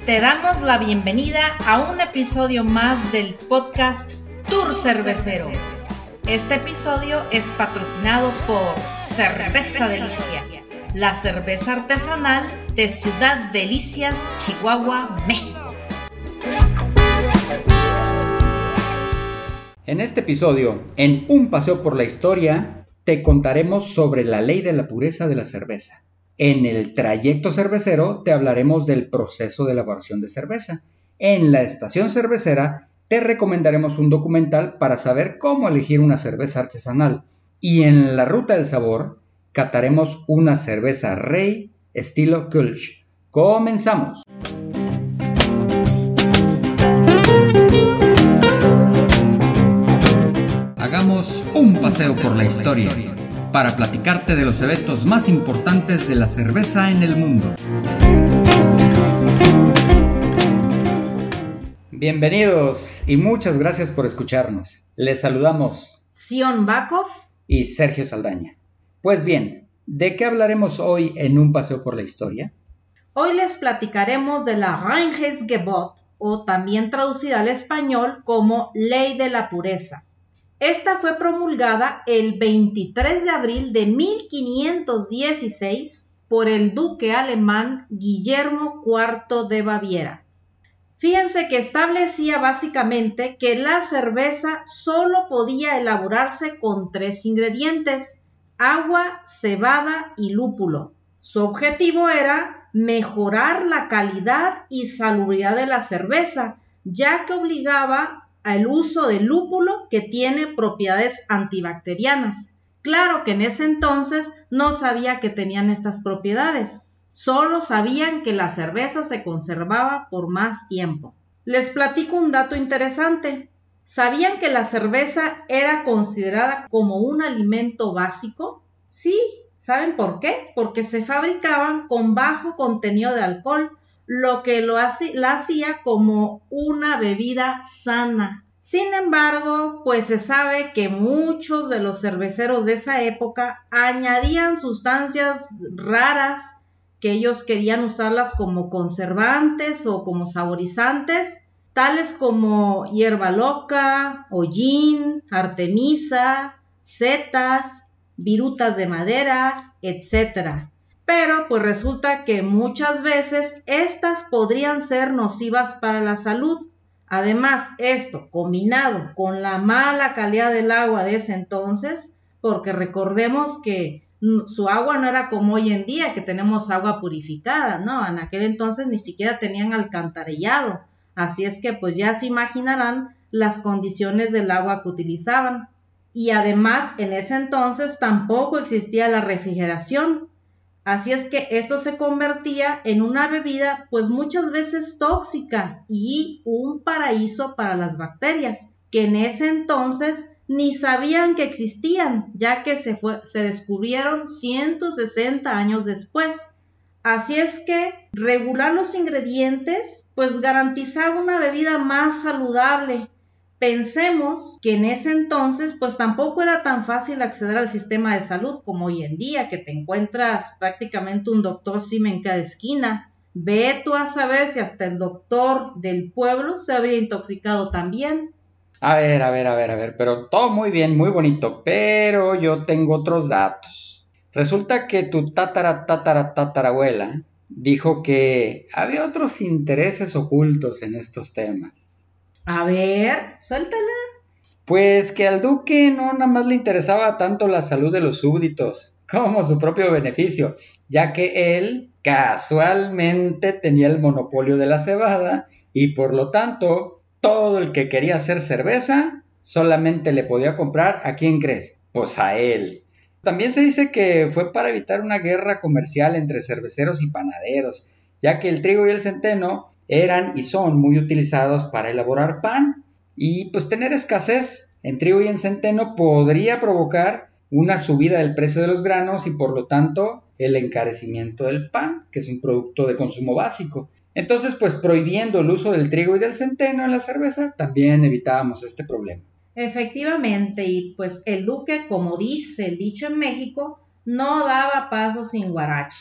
Te damos la bienvenida a un episodio más del podcast Tour Cervecero. Este episodio es patrocinado por Cerveza Delicias, la cerveza artesanal de Ciudad Delicias, Chihuahua, México. En este episodio, en Un paseo por la historia, te contaremos sobre la ley de la pureza de la cerveza. En el trayecto cervecero te hablaremos del proceso de elaboración de cerveza. En la estación cervecera te recomendaremos un documental para saber cómo elegir una cerveza artesanal. Y en la ruta del sabor cataremos una cerveza Rey estilo Kölsch. ¡Comenzamos! Hagamos un paseo por la historia para platicarte de los eventos más importantes de la cerveza en el mundo. Bienvenidos y muchas gracias por escucharnos. Les saludamos Sion Bakov y Sergio Saldaña. Pues bien, ¿de qué hablaremos hoy en Un paseo por la historia? Hoy les platicaremos de la Reinheitsgebot, o también traducida al español como Ley de la Pureza. Esta fue promulgada el 23 de abril de 1516 por el duque alemán Guillermo IV de Baviera. Fíjense que establecía básicamente que la cerveza solo podía elaborarse con 3 ingredientes: agua, cebada y lúpulo. Su objetivo era mejorar la calidad y salubridad de la cerveza, ya que obligaba al uso del lúpulo, que tiene propiedades antibacterianas. Claro que en ese entonces no sabía que tenían estas propiedades, solo sabían que la cerveza se conservaba por más tiempo. Les platico un dato interesante. ¿Sabían que la cerveza era considerada como un alimento básico? Sí, ¿saben por qué? Porque se fabricaban con bajo contenido de alcohol, lo que la hacía como una bebida sana. Sin embargo, pues se sabe que muchos de los cerveceros de esa época añadían sustancias raras que ellos querían usarlas como conservantes o como saborizantes, tales como hierba loca, hollín, artemisa, setas, virutas de madera, etc. Pero pues resulta que muchas veces estas podrían ser nocivas para la salud. Además, esto combinado con la mala calidad del agua de ese entonces, porque recordemos que su agua no era como hoy en día, que tenemos agua purificada, ¿no? En aquel entonces ni siquiera tenían alcantarillado. Así es que pues ya se imaginarán las condiciones del agua que utilizaban. Y además, en ese entonces tampoco existía la refrigeración. Así es que esto se convertía en una bebida pues muchas veces tóxica y un paraíso para las bacterias, que en ese entonces ni sabían que existían, ya que se descubrieron 160 años después. Así es que regular los ingredientes pues garantizaba una bebida más saludable. Pensemos que en ese entonces pues tampoco era tan fácil acceder al sistema de salud como hoy en día, que te encuentras prácticamente un doctor Simi en cada esquina. Ve tú a saber si hasta el doctor del pueblo se habría intoxicado también. A ver, pero todo muy bien, muy bonito, pero yo tengo otros datos. Resulta que tu tatarabuela dijo que había otros intereses ocultos en estos temas. A ver, suéltala. Pues que al duque no nada más le interesaba tanto la salud de los súbditos como su propio beneficio, ya que él casualmente tenía el monopolio de la cebada y por lo tanto todo el que quería hacer cerveza solamente le podía comprar. ¿A quién crees? Pues a él. También se dice que fue para evitar una guerra comercial entre cerveceros y panaderos, ya que el trigo y el centeno eran y son muy utilizados para elaborar pan, y pues tener escasez en trigo y en centeno podría provocar una subida del precio de los granos y por lo tanto el encarecimiento del pan, que es un producto de consumo básico. Entonces pues prohibiendo el uso del trigo y del centeno en la cerveza también evitábamos este problema. Efectivamente, y pues el duque, como dice el dicho en México, no daba paso sin guarache.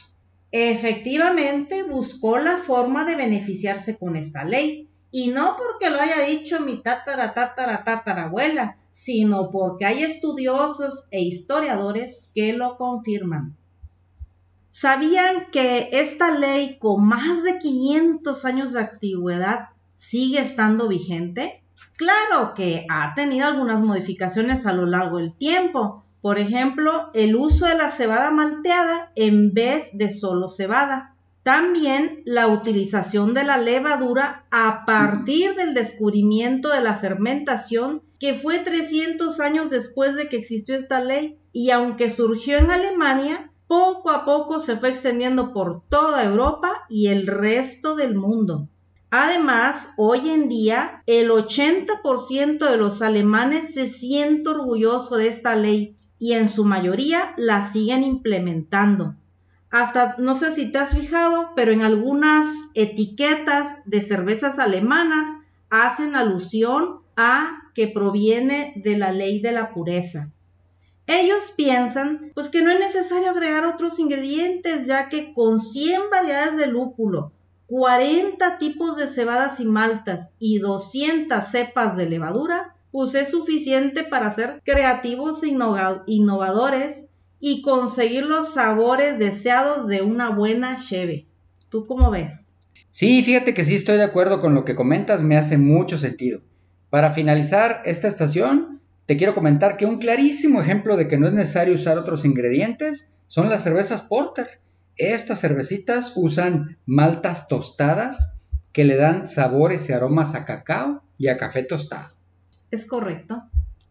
Efectivamente, buscó la forma de beneficiarse con esta ley, y no porque lo haya dicho mi tatarabuela, sino porque hay estudiosos e historiadores que lo confirman. ¿Sabían que esta ley con más de 500 años de antigüedad sigue estando vigente? Claro que ha tenido algunas modificaciones a lo largo del tiempo. Por ejemplo, el uso de la cebada malteada en vez de solo cebada. También la utilización de la levadura a partir del descubrimiento de la fermentación, que fue 300 años después de que existió esta ley, y aunque surgió en Alemania, poco a poco se fue extendiendo por toda Europa y el resto del mundo. Además, hoy en día, el 80% de los alemanes se siente orgulloso de esta ley y en su mayoría la siguen implementando. Hasta, no sé si te has fijado, pero en algunas etiquetas de cervezas alemanas hacen alusión a que proviene de la ley de la pureza. Ellos piensan pues que no es necesario agregar otros ingredientes, ya que con 100 variedades de lúpulo, 40 tipos de cebadas y maltas y 200 cepas de levadura, pues es suficiente para ser creativos e innovadores y conseguir los sabores deseados de una buena cheve. ¿Tú cómo ves? Sí, fíjate que sí estoy de acuerdo con lo que comentas, me hace mucho sentido. Para finalizar esta estación, te quiero comentar que un clarísimo ejemplo de que no es necesario usar otros ingredientes son las cervezas Porter. Estas cervecitas usan maltas tostadas que le dan sabores y aromas a cacao y a café tostado. Es correcto.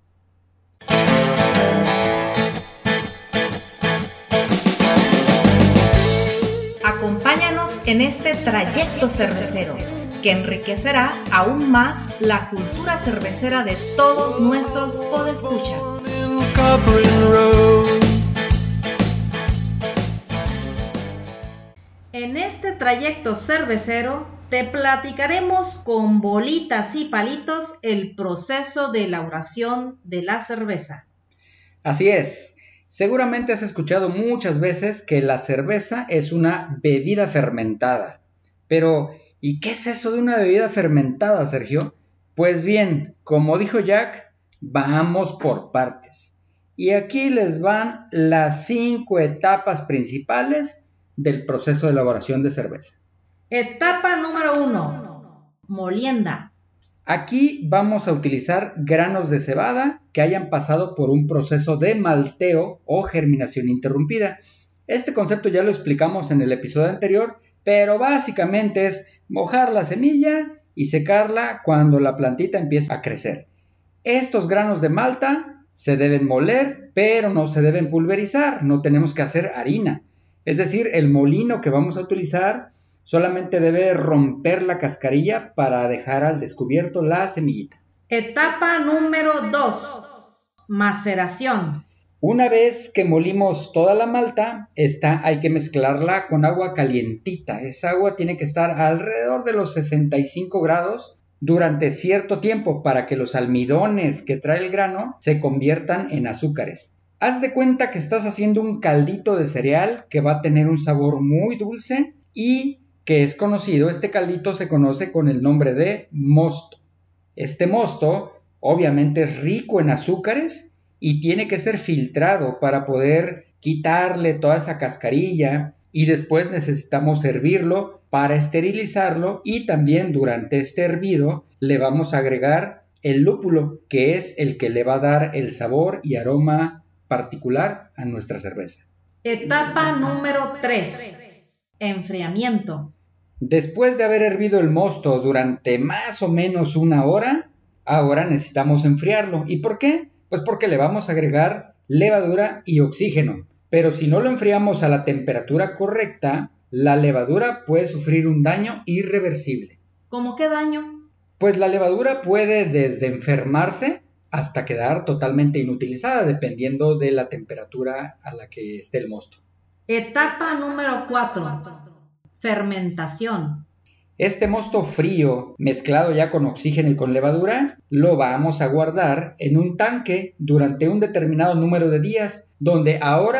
Acompáñanos en este trayecto cervecero que enriquecerá aún más la cultura cervecera de todos nuestros podescuchas. En este trayecto cervecero te platicaremos con bolitas y palitos el proceso de elaboración de la cerveza. Así es. Seguramente has escuchado muchas veces que la cerveza es una bebida fermentada. Pero, ¿y qué es eso de una bebida fermentada, Sergio? Pues bien, como dijo Jack, vamos por partes. Y aquí les van las 5 etapas principales del proceso de elaboración de cerveza. Etapa número 1. Molienda. Aquí vamos a utilizar granos de cebada que hayan pasado por un proceso de malteo o germinación interrumpida. Este concepto ya lo explicamos en el episodio anterior, pero básicamente es mojar la semilla y secarla cuando la plantita empieza a crecer. Estos granos de malta se deben moler, pero no se deben pulverizar, no tenemos que hacer harina. Es decir, el molino que vamos a utilizar solamente debe romper la cascarilla para dejar al descubierto la semillita. Etapa número 2. Maceración. Una vez que molimos toda la malta, esta hay que mezclarla con agua calientita. Esa agua tiene que estar alrededor de los 65 grados durante cierto tiempo para que los almidones que trae el grano se conviertan en azúcares. Haz de cuenta que estás haciendo un caldito de cereal que va a tener un sabor muy dulce y que es conocido, este caldito se conoce con el nombre de mosto. Este mosto obviamente es rico en azúcares y tiene que ser filtrado para poder quitarle toda esa cascarilla y después necesitamos hervirlo para esterilizarlo y también durante este hervido le vamos a agregar el lúpulo, que es el que le va a dar el sabor y aroma particular a nuestra cerveza. Etapa número 3. Enfriamiento. Después de haber hervido el mosto durante más o menos 1 hora, ahora necesitamos enfriarlo. ¿Y por qué? Pues porque le vamos a agregar levadura y oxígeno. Pero si no lo enfriamos a la temperatura correcta, la levadura puede sufrir un daño irreversible. ¿Cómo qué daño? Pues la levadura puede desde enfermarse hasta quedar totalmente inutilizada, dependiendo de la temperatura a la que esté el mosto. Etapa número 4. Fermentación. Este mosto frío, mezclado ya con oxígeno y con levadura, lo vamos a guardar en un tanque durante un determinado número de días, donde ahora sí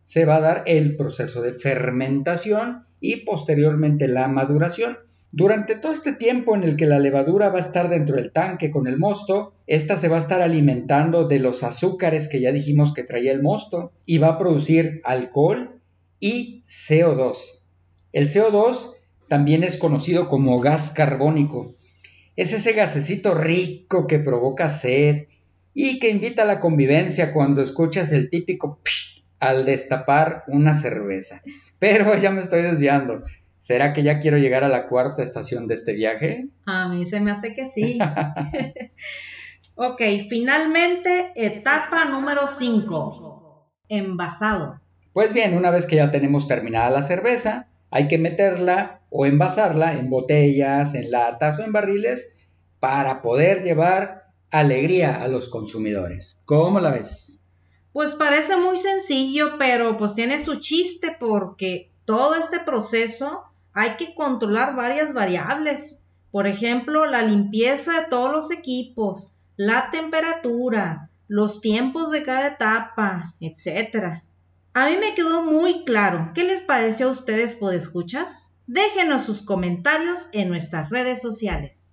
se va a dar el proceso de fermentación y posteriormente la maduración. Durante todo este tiempo en el que la levadura va a estar dentro del tanque con el mosto, esta se va a estar alimentando de los azúcares que ya dijimos que traía el mosto y va a producir alcohol y CO2. El CO2 también es conocido como gas carbónico. Es ese gasecito rico que provoca sed y que invita a la convivencia cuando escuchas el típico psh al destapar una cerveza. Pero ya me estoy desviando. ¿Será que ya quiero llegar a la cuarta estación de este viaje? A mí se me hace que sí. Ok, finalmente, etapa número 5. Envasado. Pues bien, una vez que ya tenemos terminada la cerveza, hay que meterla o envasarla en botellas, en latas o en barriles para poder llevar alegría a los consumidores. ¿Cómo la ves? Pues parece muy sencillo, pero pues tiene su chiste porque todo este proceso hay que controlar varias variables. Por ejemplo, la limpieza de todos los equipos, la temperatura, los tiempos de cada etapa, etc. A mí me quedó muy claro. ¿Qué les pareció a ustedes, podescuchas? Déjenos sus comentarios en nuestras redes sociales.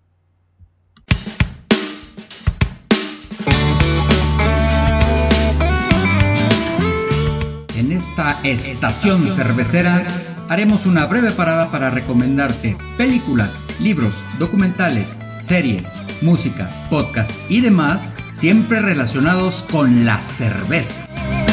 En esta estación cervecera haremos una breve parada para recomendarte películas, libros, documentales, series, música, podcast y demás, siempre relacionados con la cerveza.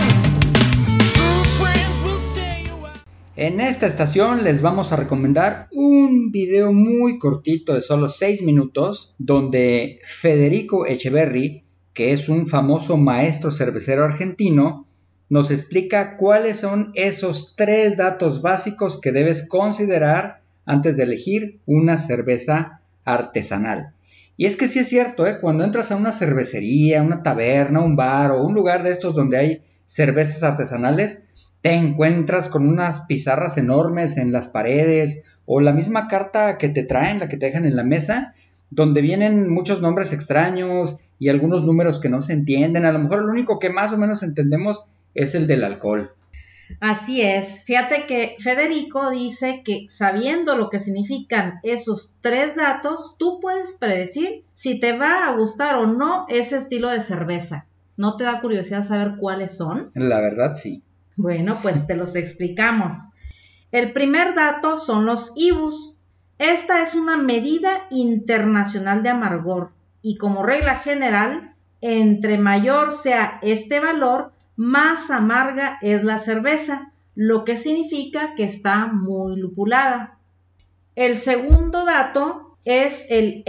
En esta estación les vamos a recomendar un video muy cortito de solo 6 minutos donde Federico Echeverri, que es un famoso maestro cervecero argentino, nos explica cuáles son esos 3 datos básicos que debes considerar antes de elegir una cerveza artesanal. Y es que sí es cierto, cuando entras a una cervecería, una taberna, un bar o un lugar de estos donde hay cervezas artesanales, te encuentras con unas pizarras enormes en las paredes o la misma carta que te traen, la que te dejan en la mesa, donde vienen muchos nombres extraños y algunos números que no se entienden. A lo mejor lo único que más o menos entendemos es el del alcohol. Así es. Fíjate que Federico dice que sabiendo lo que significan esos 3 datos, tú puedes predecir si te va a gustar o no ese estilo de cerveza. ¿No te da curiosidad saber cuáles son? La verdad, sí. Bueno, pues te los explicamos. El primer dato son los IBUs. Esta es una medida internacional de amargor y como regla general, entre mayor sea este valor, más amarga es la cerveza, lo que significa que está muy lupulada. El segundo dato es el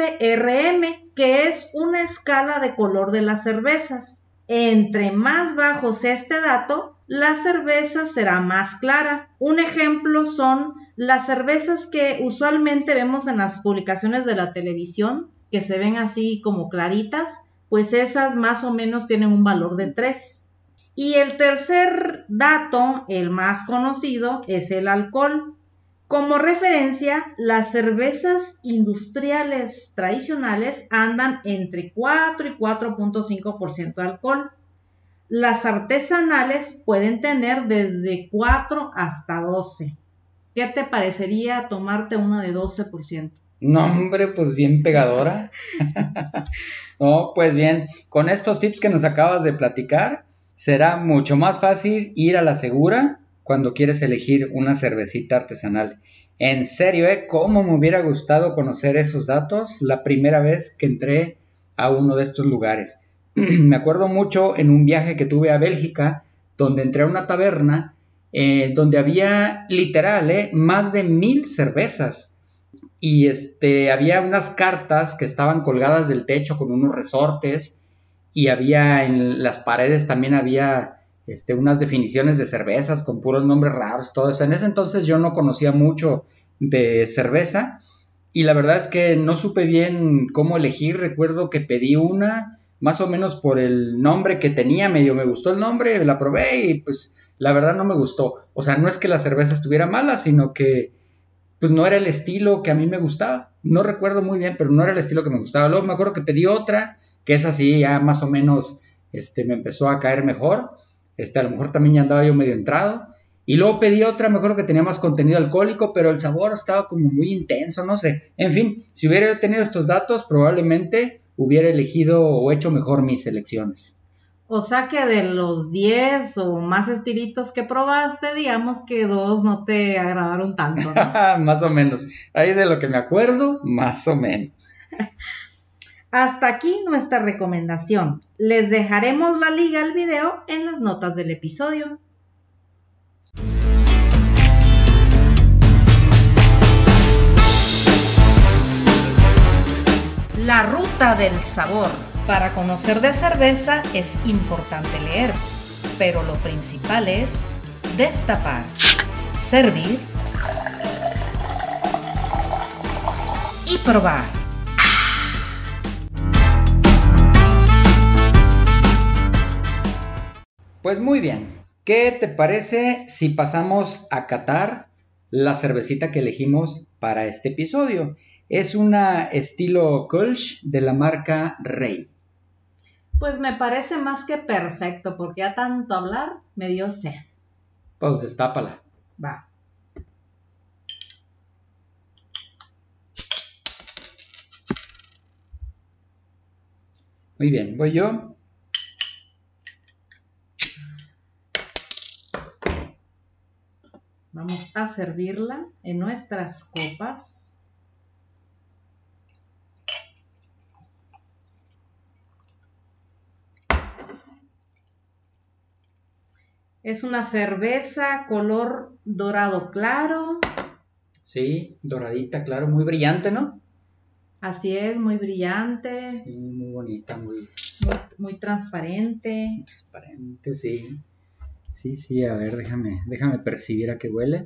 SRM, que es una escala de color de las cervezas. Entre más bajo sea este dato, la cerveza será más clara. Un ejemplo son las cervezas que usualmente vemos en las publicaciones de la televisión, que se ven así como claritas, pues esas más o menos tienen un valor de 3. Y el tercer dato, el más conocido, es el alcohol. Como referencia, las cervezas industriales tradicionales andan entre 4 y 4.5% de alcohol. Las artesanales pueden tener desde 4 hasta 12. ¿Qué te parecería tomarte una de 12%? No, hombre, pues bien pegadora. No, pues bien, con estos tips que nos acabas de platicar, será mucho más fácil ir a la segura cuando quieres elegir una cervecita artesanal. En serio, cómo me hubiera gustado conocer esos datos la primera vez que entré a uno de estos lugares. Me acuerdo mucho en un viaje que tuve a Bélgica, donde entré a una taberna, donde había literal, más de 1000 cervezas. Y había unas cartas que estaban colgadas del techo con unos resortes, y había en las paredes también había unas definiciones de cervezas con puros nombres raros, todo eso. En ese entonces yo no conocía mucho de cerveza y la verdad es que no supe bien cómo elegir. Recuerdo que pedí una más o menos por el nombre que tenía, medio me gustó el nombre, la probé y pues la verdad no me gustó. O sea, no es que la cerveza estuviera mala, sino que pues no era el estilo que a mí me gustaba. No recuerdo muy bien, pero no era el estilo que me gustaba. Luego me acuerdo que pedí otra, que es así, ya más o menos me empezó a caer mejor. A lo mejor también ya andaba yo medio entrado. Y luego pedí otra, me acuerdo que tenía más contenido alcohólico, pero el sabor estaba como muy intenso, no sé. En fin, si hubiera yo tenido estos datos, probablemente hubiera elegido o hecho mejor mis elecciones. O sea que de los 10 o más estilitos que probaste, digamos que 2 no te agradaron tanto, ¿no? Más o menos. Ahí de lo que me acuerdo, más o menos. Hasta aquí nuestra recomendación. Les dejaremos la liga al video en las notas del episodio. La ruta del sabor. Para conocer de cerveza es importante leer, pero lo principal es destapar, servir y probar. Pues muy bien, ¿qué te parece si pasamos a catar la cervecita que elegimos para este episodio? Es una estilo Kölsch de la marca Rey. Pues me parece más que perfecto, porque ya tanto hablar me dio sed. Pues destápala. Va. Muy bien, voy yo. Vamos a servirla en nuestras copas. Es una cerveza color dorado claro. Sí, doradita, claro, muy brillante, ¿no? Así es, muy brillante. Sí, muy bonita, Muy transparente. Transparente, sí. Sí, a ver, déjame percibir a qué huele.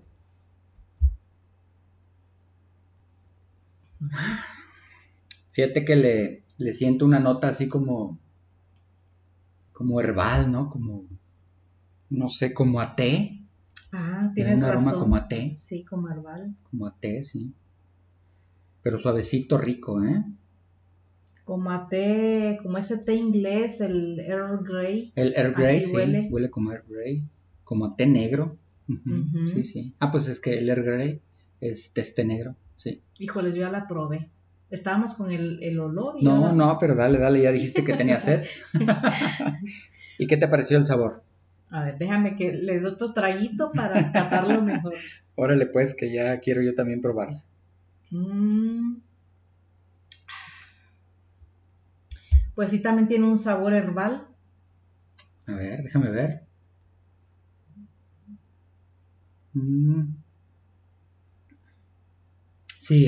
Fíjate que le siento una nota así como herbal, ¿no? No sé, como a té. Ah, Tiene tienes un aroma razón. como a té. Sí, como herbal. Como a té, sí. Pero suavecito, rico, ¿eh? Como a té, como ese té inglés, el Earl Grey. El Earl Grey, así sí, huele como Earl Grey. Como a té negro. Ujú. Sí. Ah, pues es que el Earl Grey es té negro, sí. Híjoles, yo ya la probé. Estábamos con el olor. No, pero dale, ya dijiste que tenía sed. ¿Y qué te pareció el sabor? A ver, déjame que le doy otro traguito para catarlo mejor. Órale, pues, que ya quiero yo también probarla. Pues sí, también tiene un sabor herbal. A ver, déjame ver. Sí,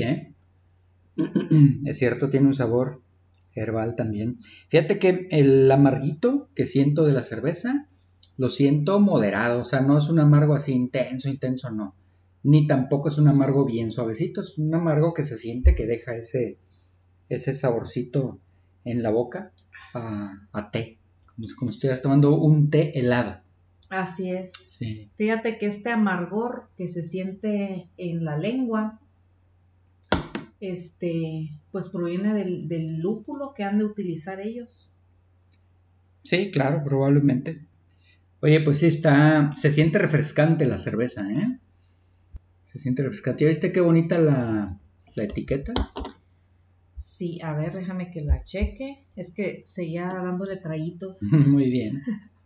es cierto, tiene un sabor herbal también. Fíjate que el amarguito que siento de la cerveza, lo siento moderado, o sea, no es un amargo así intenso, no. Ni tampoco es un amargo bien suavecito, es un amargo que se siente que deja ese saborcito en la boca a té, como si estuvieras tomando un té helado. Así es. Sí. Fíjate que este amargor que se siente en la lengua, pues proviene del lúpulo que han de utilizar ellos. Sí, claro, probablemente. Oye, pues sí se siente refrescante la cerveza, ¿eh? Se siente refrescante. ¿Ya viste qué bonita la etiqueta? Sí, a ver, déjame que la cheque. Es que seguía dándole traguitos. Muy bien.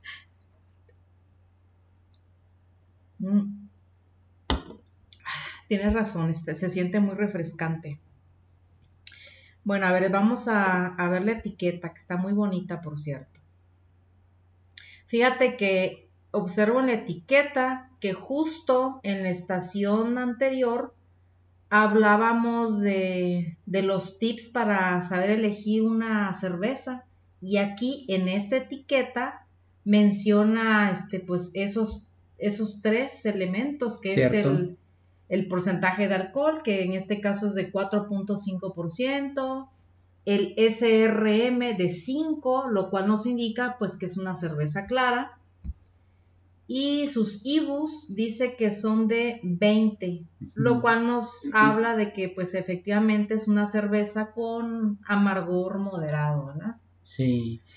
Tienes razón, se siente muy refrescante. Bueno, a ver, vamos a ver la etiqueta, que está muy bonita, por cierto. Fíjate que observo en la etiqueta que justo en la estación anterior hablábamos de los tips para saber elegir una cerveza, y aquí en esta etiqueta menciona pues esos 3 elementos, que Cierto. es el porcentaje de alcohol, que en este caso es de 4.5%, el SRM de 5, lo cual nos indica pues que es una cerveza clara, y sus IBUs dice que son de 20, lo cual nos habla de que pues efectivamente es una cerveza con amargor moderado, ¿verdad? Sí.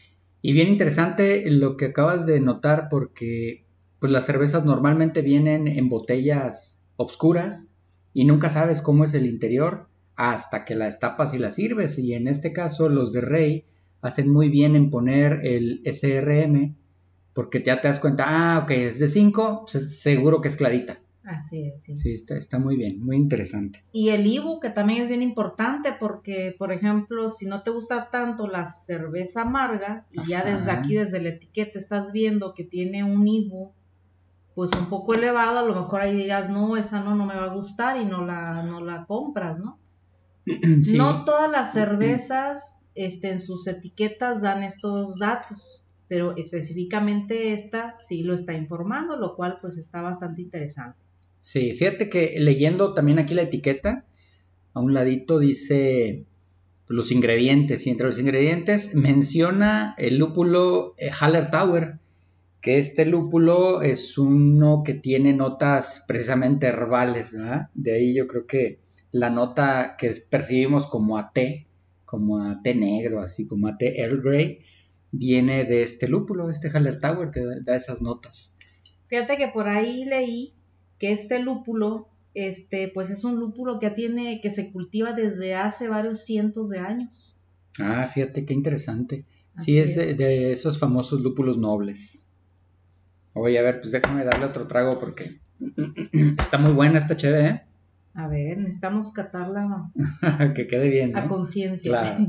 Y bien interesante lo que acabas de notar porque pues las cervezas normalmente vienen en botellas obscuras y nunca sabes cómo es el interior hasta que la destapas y la sirves. Y en este caso los de Rey hacen muy bien en poner el SRM porque ya te das cuenta, ok, es de 5, pues seguro que es clarita. Así es, sí. Sí, está muy bien, muy interesante. Y el IBU, que también es bien importante porque, por ejemplo, si no te gusta tanto la cerveza amarga y ya desde aquí, desde la etiqueta, estás viendo que tiene un IBU pues un poco elevado, a lo mejor ahí dirás, no, esa no me va a gustar y no la compras, ¿no? Sí. No todas las cervezas en sus etiquetas dan estos datos, pero específicamente esta sí lo está informando, lo cual pues está bastante interesante. Sí, fíjate que leyendo también aquí la etiqueta, a un ladito dice los ingredientes, y entre los ingredientes menciona el lúpulo Hallertauer, que este lúpulo es uno que tiene notas precisamente herbales, ¿verdad? De ahí yo creo que la nota que percibimos como a té negro, así como a té Earl Grey, viene de este lúpulo, este Hallertauer, que da esas notas. Fíjate que por ahí leí que este lúpulo, pues es un lúpulo que se cultiva desde hace varios cientos de años. Ah, fíjate qué interesante. Así Sí, es de esos famosos lúpulos nobles. Oye, a ver, pues déjame darle otro trago porque está muy buena esta cheve, ¿eh? A ver, necesitamos catarla que quede bien, ¿no? a conciencia. Claro.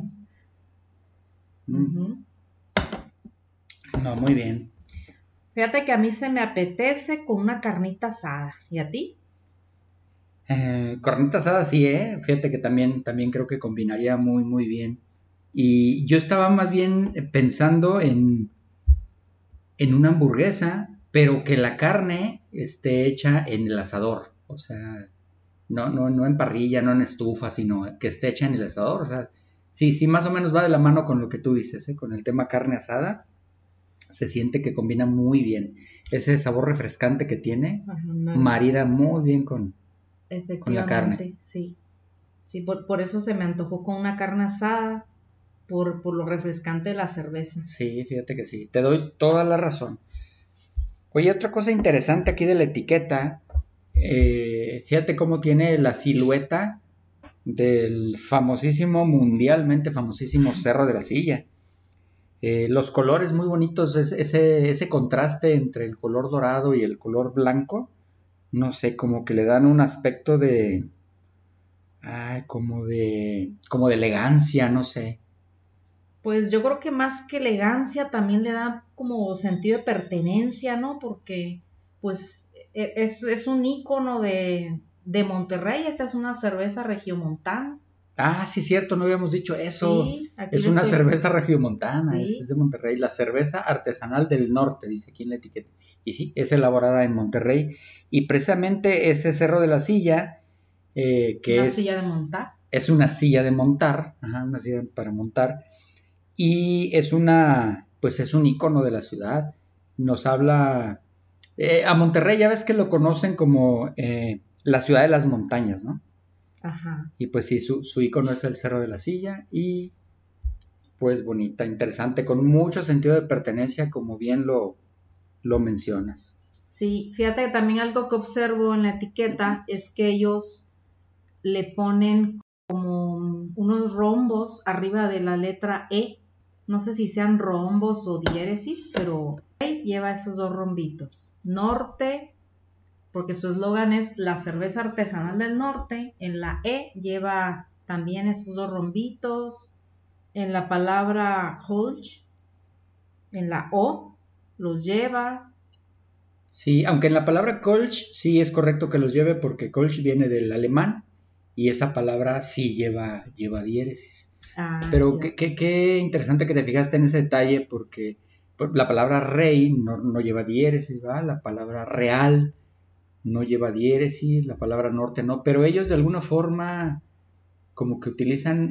Uh-huh. No, muy bien. Fíjate que a mí se me apetece con una carnita asada. ¿Y a ti? Carnita asada sí, ¿eh? Fíjate que también creo que combinaría muy, muy bien. Y yo estaba más bien pensando en una hamburguesa, pero que la carne esté hecha en el asador. O sea, no en parrilla, no en estufa, sino que esté hecha en el asador. O sea, sí, más o menos va de la mano con lo que tú dices, ¿eh? Con el tema carne asada. Se siente que combina muy bien. Ese sabor refrescante que tiene, marida muy bien con la carne. Sí, por eso se me antojó con una carne asada, por lo refrescante de la cerveza. Sí, fíjate que sí, te doy toda la razón. Oye, otra cosa interesante aquí de la etiqueta, fíjate cómo tiene la silueta del mundialmente famosísimo Cerro de la Silla. Los colores muy bonitos, ese contraste entre el color dorado y el color blanco, no sé, como que le dan un aspecto como de elegancia, no sé. Pues yo creo que más que elegancia también le da como sentido de pertenencia, ¿no? Porque pues es un ícono de Monterrey, esta es una cerveza regiomontana. Ah, sí, cierto, no habíamos dicho eso. Sí, es una cerveza regiomontana, sí. es de Monterrey. La cerveza artesanal del norte, dice aquí en la etiqueta. Y sí, es elaborada en Monterrey. Y precisamente ese Cerro de la Silla, que silla de montar. Es una silla de montar, una silla para montar. Y es es un icono de la ciudad. Nos habla, a Monterrey ya ves que lo conocen como la ciudad de las montañas, ¿no? Ajá. Y pues sí, su icono es el Cerro de la Silla y pues bonita, interesante, con mucho sentido de pertenencia, como bien lo mencionas. Sí, fíjate que también algo que observo en la etiqueta es que ellos le ponen como unos rombos arriba de la letra E. No sé si sean rombos o diéresis, pero E lleva esos dos rombitos. Norte, porque su eslogan es la cerveza artesanal del norte. En la E lleva también esos dos rombitos. En la palabra Holch, en la O, los lleva. Sí, aunque en la palabra Kolsch sí es correcto que los lleve porque Kolsch viene del alemán y esa palabra sí lleva diéresis. Pero qué interesante que te fijaste en ese detalle porque la palabra rey no lleva diéresis, ¿va? La palabra real no lleva diéresis, la palabra norte no, pero ellos de alguna forma como que utilizan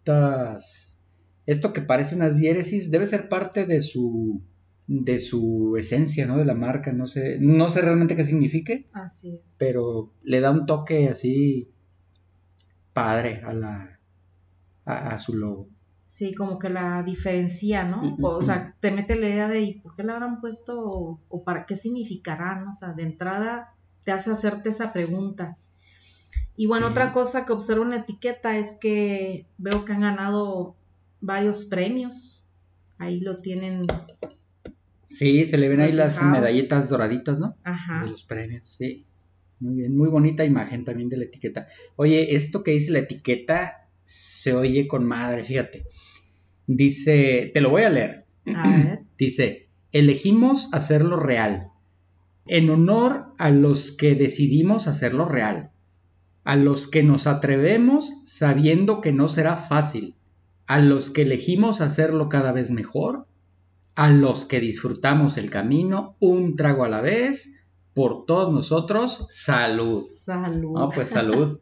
esto que parece unas diéresis, debe ser parte de su esencia, ¿no? De la marca, no sé realmente qué signifique. Así es. Pero le da un toque así padre a su logo. Sí, como que la diferencia, ¿no? O sea, te mete la idea de ¿y por qué la habrán puesto o para qué significará, ¿no? O sea, de entrada te hace hacerte esa pregunta. Y bueno, Sí. otra cosa que observo en la etiqueta es que veo que han ganado varios premios. Ahí lo tienen. Sí, se le ven ahí las reflejado. medallitas doraditas, ¿no? Ajá. De los premios, sí. Muy bien, muy bonita imagen también de la etiqueta. Oye, esto que dice la etiqueta se oye con madre, fíjate. Dice, te lo voy a leer. A ver. Dice, elegimos hacerlo real, en honor a los que decidimos hacerlo real, a los que nos atrevemos sabiendo que no será fácil, a los que elegimos hacerlo cada vez mejor, a los que disfrutamos el camino un trago a la vez, por todos nosotros, salud. Salud. No, pues salud.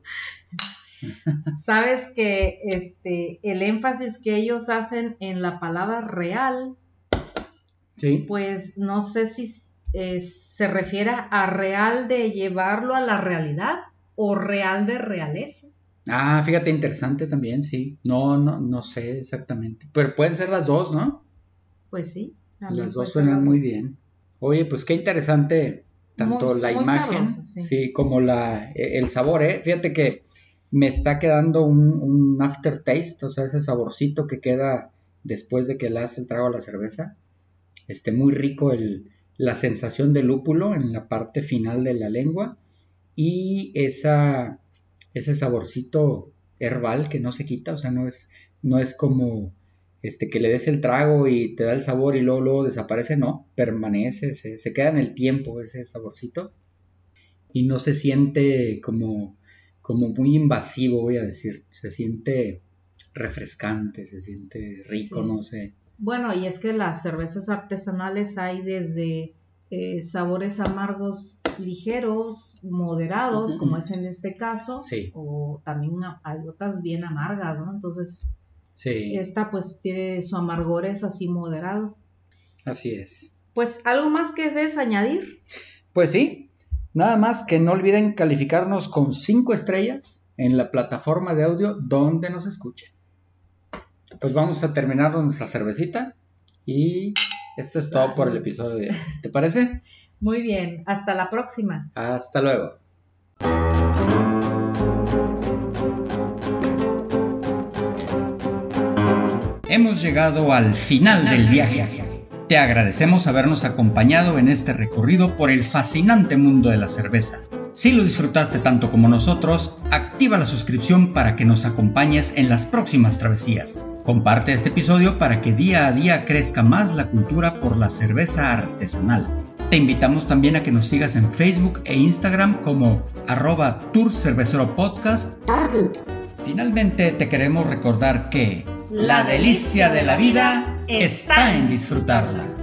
Sabes que el énfasis que ellos hacen en la palabra real, Sí. pues no sé si se refiere a real de llevarlo a la realidad o real de realeza. Ah, fíjate, interesante también, sí. No sé exactamente. Pero pueden ser las dos, ¿no? Pues sí. Las dos suenan muy bien. Oye, pues qué interesante tanto la muy imagen, sabroso, sí, como el sabor, ¿eh? Fíjate que me está quedando un aftertaste, o sea, ese saborcito que queda después de que le hace el trago a la cerveza. Muy rico la sensación de lúpulo en la parte final de la lengua y ese saborcito herbal que no se quita, o sea, no es como que le des el trago y te da el sabor y luego desaparece, no, permanece, se queda en el tiempo ese saborcito y no se siente como muy invasivo, voy a decir, se siente refrescante, se siente rico, Sí. no sé. Bueno, y es que las cervezas artesanales hay desde sabores amargos ligeros, moderados, como es en este caso, Sí. o también hay otras bien amargas, ¿no? Entonces, Sí, esta pues tiene su amargor es así moderado. así es. Pues, ¿algo más que desees añadir? Pues sí, nada más que no olviden calificarnos con 5 estrellas en la plataforma de audio donde nos escuchen. Pues vamos a terminar nuestra cervecita y esto es todo por el episodio de hoy. ¿Te parece? Muy bien, hasta la próxima. Hasta luego. Hemos llegado al final del viaje. Te agradecemos habernos acompañado en este recorrido por el fascinante mundo de la cerveza. Si lo disfrutaste tanto como nosotros, activa la suscripción para que nos acompañes en las próximas travesías. Comparte este episodio para que día a día crezca más la cultura por la cerveza artesanal. Te invitamos también a que nos sigas en Facebook e Instagram como @tourcerveceropodcast. Finalmente te queremos recordar que la delicia de la vida está en disfrutarla.